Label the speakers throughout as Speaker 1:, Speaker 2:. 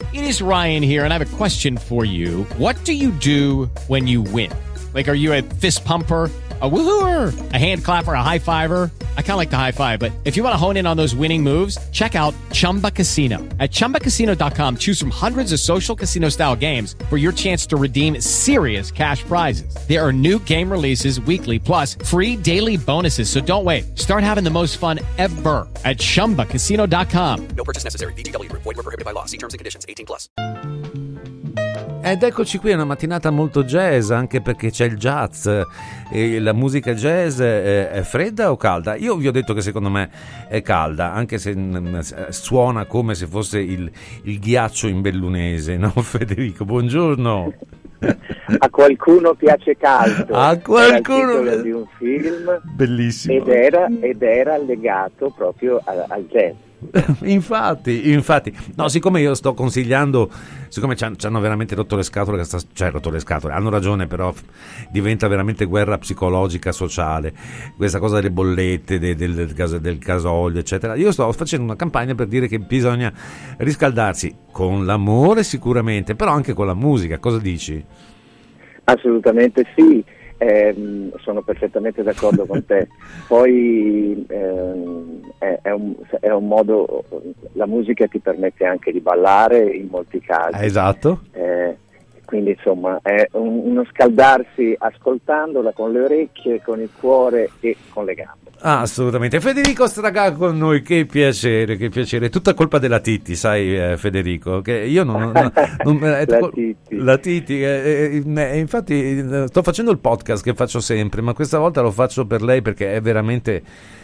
Speaker 1: It is Ryan here, and I have a question for you. What do you do when you win? Like, are you a fist pumper, a woohooer, a hand clapper, a high fiver? I kind of like the high five, but if you want to hone in on those winning moves, check out Chumba Casino. At ChumbaCasino.com, choose from hundreds of social casino style games for your chance to redeem serious cash prizes. There are new game releases weekly, plus free daily bonuses. So don't wait. Start having the most fun ever at ChumbaCasino.com.
Speaker 2: No purchase necessary. VGW Group. Void where prohibited by law. See terms and conditions. 18+.
Speaker 3: Ed eccoci qui, è una mattinata molto jazz, anche perché c'è il jazz. E la musica jazz è fredda o calda? Io vi ho detto che secondo me è calda, anche se suona come se fosse il ghiaccio in bellunese, no Federico? Buongiorno.
Speaker 4: A qualcuno piace caldo.
Speaker 3: A qualcuno
Speaker 4: era il titolo di un film
Speaker 3: bellissimo.
Speaker 4: Ed era legato proprio al jazz.
Speaker 3: Infatti, no, siccome io sto consigliando, siccome ci hanno veramente rotto le scatole, hanno ragione, però diventa veramente guerra psicologica sociale, questa cosa delle bollette, del gasolio, eccetera. Io sto facendo una campagna per dire che bisogna riscaldarsi con l'amore sicuramente, però anche con la musica. Cosa dici?
Speaker 4: Assolutamente sì. Sono perfettamente d'accordo con te. Poi è un modo, la musica ti permette anche di ballare in molti casi.
Speaker 3: Esatto.
Speaker 4: Quindi insomma è uno scaldarsi ascoltandola con le orecchie, con il cuore e con le gambe.
Speaker 3: Assolutamente. Federico Stragà con noi, che piacere, tutta colpa della Titti, sai Federico, che io la Titti, infatti sto facendo il podcast che faccio sempre, ma questa volta lo faccio per lei perché è veramente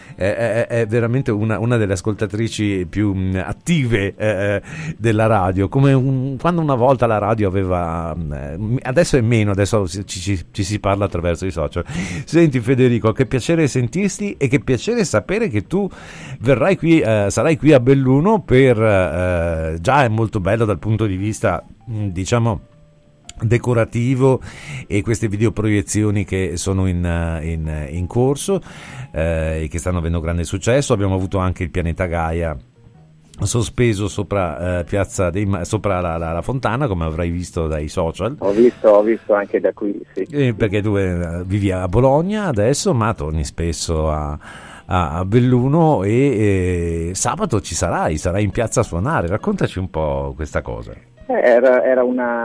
Speaker 3: una delle ascoltatrici più attive della radio, come quando una volta la radio aveva, adesso è meno, adesso ci si parla attraverso i social. Senti Federico, che piacere sentirti e che piacere sapere che tu verrai qui, sarai qui a Belluno per già è molto bello dal punto di vista diciamo decorativo, e queste videoproiezioni che sono in corso e che stanno avendo grande successo. Abbiamo avuto anche il Pianeta Gaia sospeso sopra piazza sopra la fontana, come avrai visto dai social.
Speaker 4: Ho visto anche da qui, sì.
Speaker 3: Perché tu vivi a Bologna adesso, ma torni spesso a Belluno e sabato sarai in piazza a suonare. Raccontaci un po' questa cosa.
Speaker 4: Era una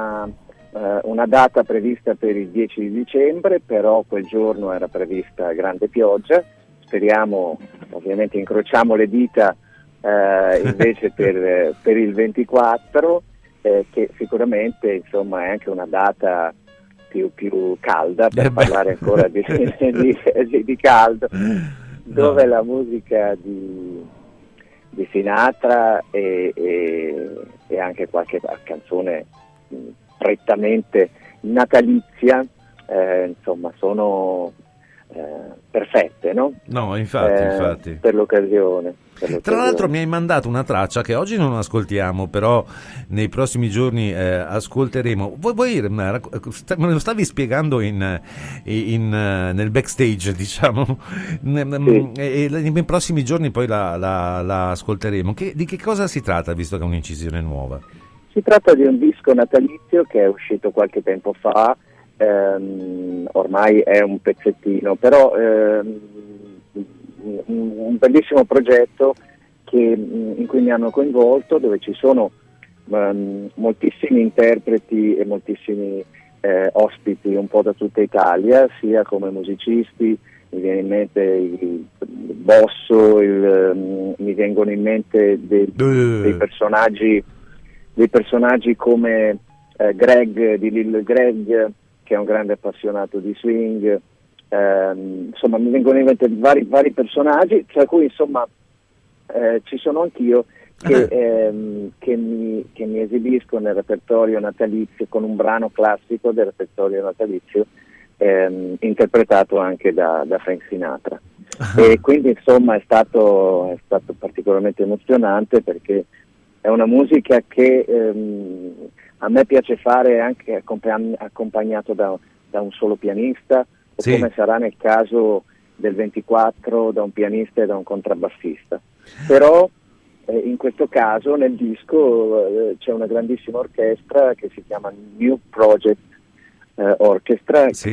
Speaker 4: data prevista per il 10 di dicembre, però quel giorno era prevista grande pioggia. Speriamo, ovviamente incrociamo le dita invece per il 24, che sicuramente insomma è anche una data più calda, per parlare ancora di caldo, dove la musica di Sinatra e anche qualche canzone prettamente natalizia insomma sono perfette, no?
Speaker 3: No, infatti.
Speaker 4: Per l'occasione.
Speaker 3: Tra l'altro mi hai mandato una traccia che oggi non ascoltiamo, però nei prossimi giorni ascolteremo. Me lo stavi spiegando nel backstage, diciamo,
Speaker 4: sì.
Speaker 3: E nei prossimi giorni poi la ascolteremo. Di che cosa si tratta, visto che è un'incisione nuova?
Speaker 4: Si tratta di un disco natalizio che è uscito qualche tempo fa, ormai è un pezzettino, però un bellissimo progetto in cui mi hanno coinvolto, dove ci sono moltissimi interpreti e moltissimi ospiti un po' da tutta Italia, sia come musicisti. Mi viene in mente il Bosso, mi vengono in mente dei personaggi come Greg di Lil Greg, che è un grande appassionato di swing. Insomma mi vengono in mente vari personaggi, tra cui insomma ci sono anch'io che mi esibisco nel repertorio natalizio con un brano classico del repertorio natalizio interpretato anche da Frank Sinatra. E quindi insomma è stato particolarmente emozionante, perché è una musica che a me piace fare anche accompagnato da un solo pianista, o
Speaker 3: sì,
Speaker 4: come sarà nel caso del 24 da un pianista e da un contrabbassista. Però in questo caso nel disco c'è una grandissima orchestra che si chiama New Project Orchestra,
Speaker 3: Sì.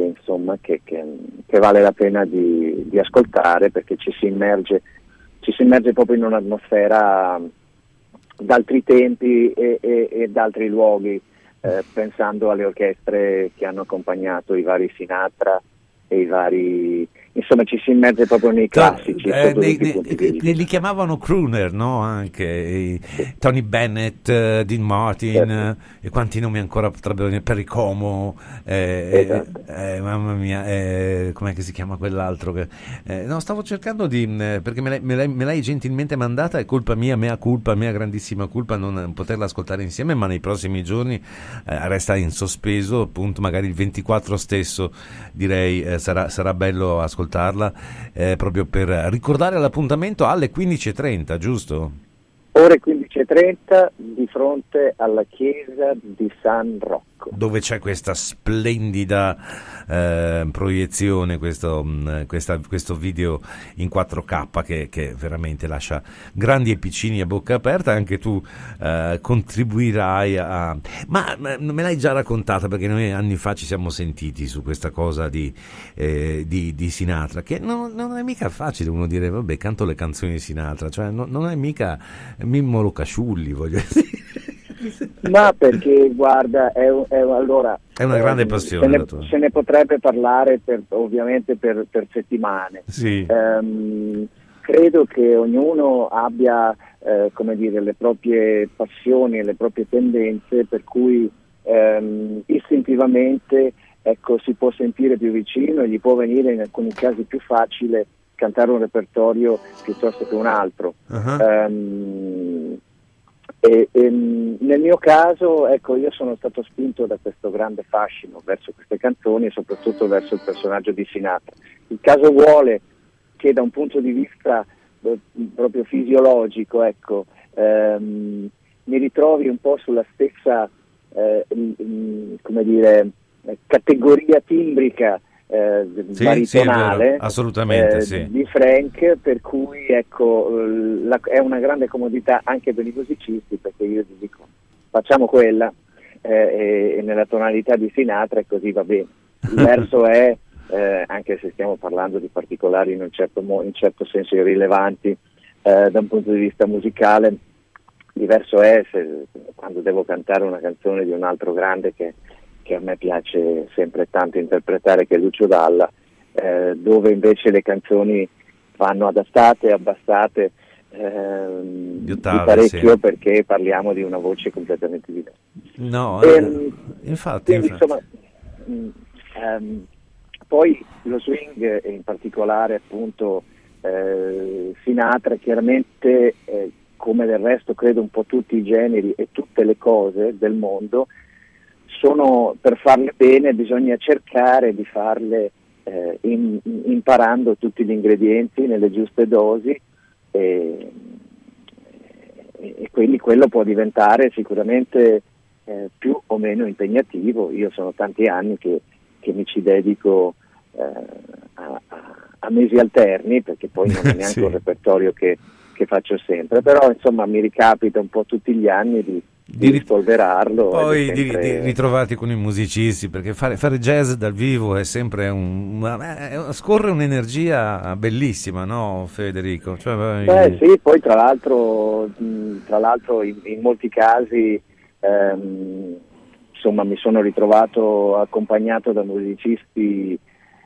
Speaker 4: che vale la pena di ascoltare, perché ci si immerge proprio in un'atmosfera d'altri tempi e d'altri luoghi, pensando alle orchestre che hanno accompagnato i vari Sinatra e i vari, insomma ci si immerge proprio nei classici. sotto tutti i punti di vista.
Speaker 3: Li chiamavano crooner, no? Anche Tony Bennett, Dean Martin,
Speaker 4: Certo.
Speaker 3: e quanti nomi ancora potrebbero venire, Perry Como,
Speaker 4: Esatto.
Speaker 3: mamma mia, com'è che si chiama quell'altro? No, stavo cercando perché me l'hai gentilmente mandata, è colpa mia, mea culpa, mea grandissima colpa non poterla ascoltare insieme, ma nei prossimi giorni resta in sospeso, appunto, magari il 24 stesso direi sarà bello ascoltarla, proprio per ricordare l'appuntamento alle 15:30, giusto?
Speaker 4: Ore 15:30 di fronte alla chiesa di San Rocco.
Speaker 3: Dove c'è questa splendida proiezione, questo video in 4K che veramente lascia grandi e piccini a bocca aperta. Anche tu contribuirai ma me l'hai già raccontata, perché noi anni fa ci siamo sentiti su questa cosa di Sinatra, che non è mica facile uno dire vabbè, canto le canzoni di Sinatra, cioè non è mica Mimmo Lucasciulli, voglio dire.
Speaker 4: Ma perché guarda, allora
Speaker 3: È una grande passione la tua.
Speaker 4: se ne potrebbe parlare ovviamente per settimane.
Speaker 3: Sì.
Speaker 4: Credo che ognuno abbia come dire, le proprie passioni e le proprie tendenze, per cui istintivamente, ecco, si può sentire più vicino e gli può venire in alcuni casi più facile cantare un repertorio piuttosto che un altro.
Speaker 3: Uh-huh.
Speaker 4: Nel mio caso, ecco, io sono stato spinto da questo grande fascino verso queste canzoni e soprattutto verso il personaggio di Sinatra. Il caso vuole che da un punto di vista proprio fisiologico, ecco, mi ritrovi un po' sulla stessa come dire, categoria timbrica baritonale,
Speaker 3: assolutamente, sì.
Speaker 4: di Frank, per cui ecco, è una grande comodità anche per i musicisti, perché io ti dico facciamo quella e nella tonalità di Sinatra e così va bene. Il verso è anche se stiamo parlando di particolari in un certo senso irrilevanti da un punto di vista musicale, diverso è quando devo cantare una canzone di un altro grande che a me piace sempre tanto interpretare, che è Lucio Dalla, dove invece le canzoni vanno adastate, abbassate di parecchio, sì, perché parliamo di una voce completamente diversa.
Speaker 3: No, infatti.
Speaker 4: Insomma, poi lo swing e in particolare appunto Sinatra, chiaramente come del resto credo un po' tutti i generi e tutte le cose del mondo, per farle bene bisogna cercare di farle imparando tutti gli ingredienti nelle giuste dosi e quindi quello può diventare sicuramente più o meno impegnativo. Io sono tanti anni che mi ci dedico a mesi alterni, perché poi non è neanche
Speaker 3: sì,
Speaker 4: un repertorio che faccio sempre, però insomma mi ricapita un po' tutti gli anni di rispolverarlo.
Speaker 3: Poi di ritrovarti con i musicisti, perché fare jazz dal vivo è sempre scorre un'energia bellissima, no Federico? Cioè,
Speaker 4: sì, poi tra l'altro in molti casi insomma mi sono ritrovato accompagnato da musicisti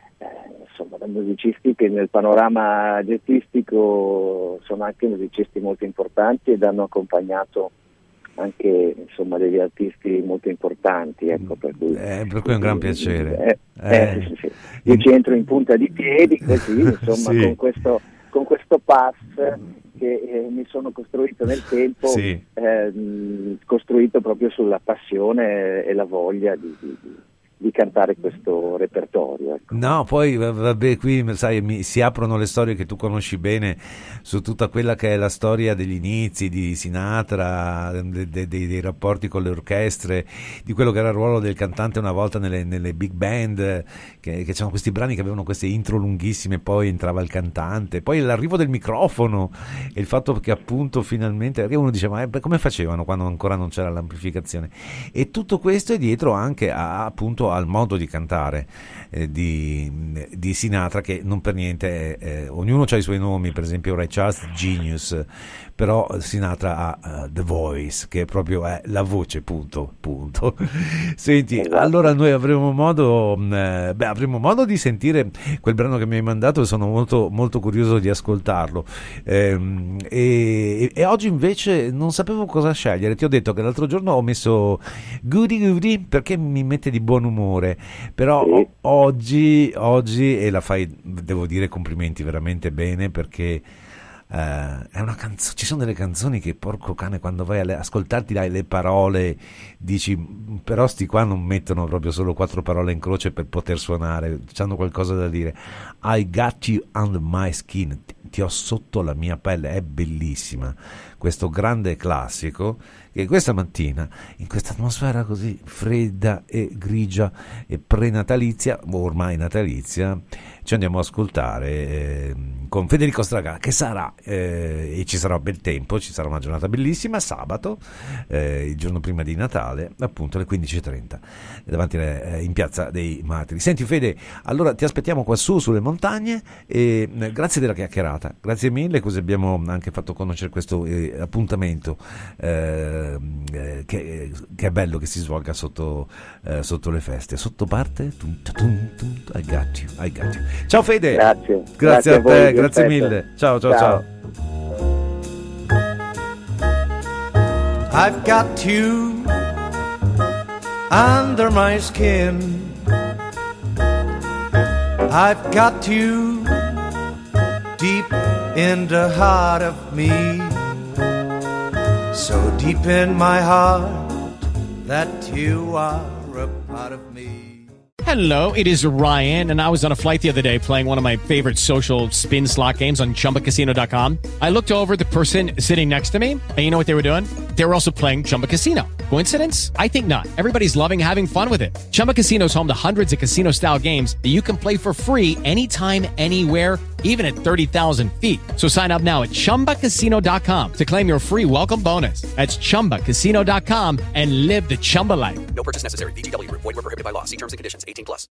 Speaker 4: che nel panorama jazzistico sono anche musicisti molto importanti ed hanno accompagnato anche insomma degli artisti molto importanti, ecco, per cui
Speaker 3: è un gran piacere.
Speaker 4: Sì. Io ci entro in punta di piedi così, insomma, sì, con questo pass che mi sono costruito nel tempo, sì, costruito proprio sulla passione e la voglia di di cantare questo repertorio. Ecco.
Speaker 3: No, poi vabbè, qui sai, si aprono le storie che tu conosci bene su tutta quella che è la storia degli inizi di Sinatra, dei rapporti con le orchestre, di quello che era il ruolo del cantante una volta nelle big band, che c'erano questi brani che avevano queste intro lunghissime, poi entrava il cantante, poi l'arrivo del microfono e il fatto che appunto finalmente, perché uno dice ma come facevano quando ancora non c'era l'amplificazione, e tutto questo è dietro anche appunto al modo di cantare di Sinatra, che non per niente ognuno ha i suoi nomi, per esempio Ray Charles Genius, però Sinatra ha The Voice, che proprio è la voce, punto. Senti, allora noi avremo modo di sentire quel brano che mi hai mandato, e sono molto, molto curioso di ascoltarlo, e oggi invece non sapevo cosa scegliere. Ti ho detto che l'altro giorno ho messo Goody Goody perché mi mette di buon umore, però
Speaker 4: sì.
Speaker 3: oggi e la fai, devo dire, complimenti veramente bene, perché è una canzone, ci sono delle canzoni che porco cane, quando vai a ascoltarti le parole dici però sti qua non mettono proprio solo 4 parole in croce per poter suonare, hanno qualcosa da dire. I got you under my skin, ti ho sotto la mia pelle, è bellissima, questo grande classico che questa mattina, in questa atmosfera così fredda e grigia e prenatalizia, ormai natalizia, ci andiamo ad ascoltare con Federico Stragà, che sarà, e ci sarà bel tempo, ci sarà una giornata bellissima, sabato, il giorno prima di Natale, appunto alle 15:30, davanti in Piazza dei Martiri. Senti Fede, allora ti aspettiamo qua su sulle montagne, e grazie della chiacchierata, grazie mille, così abbiamo anche fatto conoscere questo appuntamento che è bello che si svolga sotto le feste, sotto parte I got you. Ciao Fede, grazie a
Speaker 4: voi,
Speaker 3: te, grazie mille, ciao.
Speaker 5: I've got you under my skin, I've got you deep in the heart of me, so deep in my heart that you are a part of me.
Speaker 1: Hello, it is Ryan, and I was on a flight the other day playing one of my favorite social spin slot games on ChumbaCasino.com. I looked over at the person sitting next to me, and you know what they were doing? They were also playing Chumba Casino. Coincidence? I think not. Everybody's loving having fun with it. Chumba Casino is home to hundreds of casino-style games that you can play for free anytime, anywhere, even at 30,000 feet. So sign up now at ChumbaCasino.com to claim your free welcome bonus. That's ChumbaCasino.com and live the Chumba life.
Speaker 2: No purchase necessary. VGW Group. Void where prohibited by law. See terms and conditions. 18+.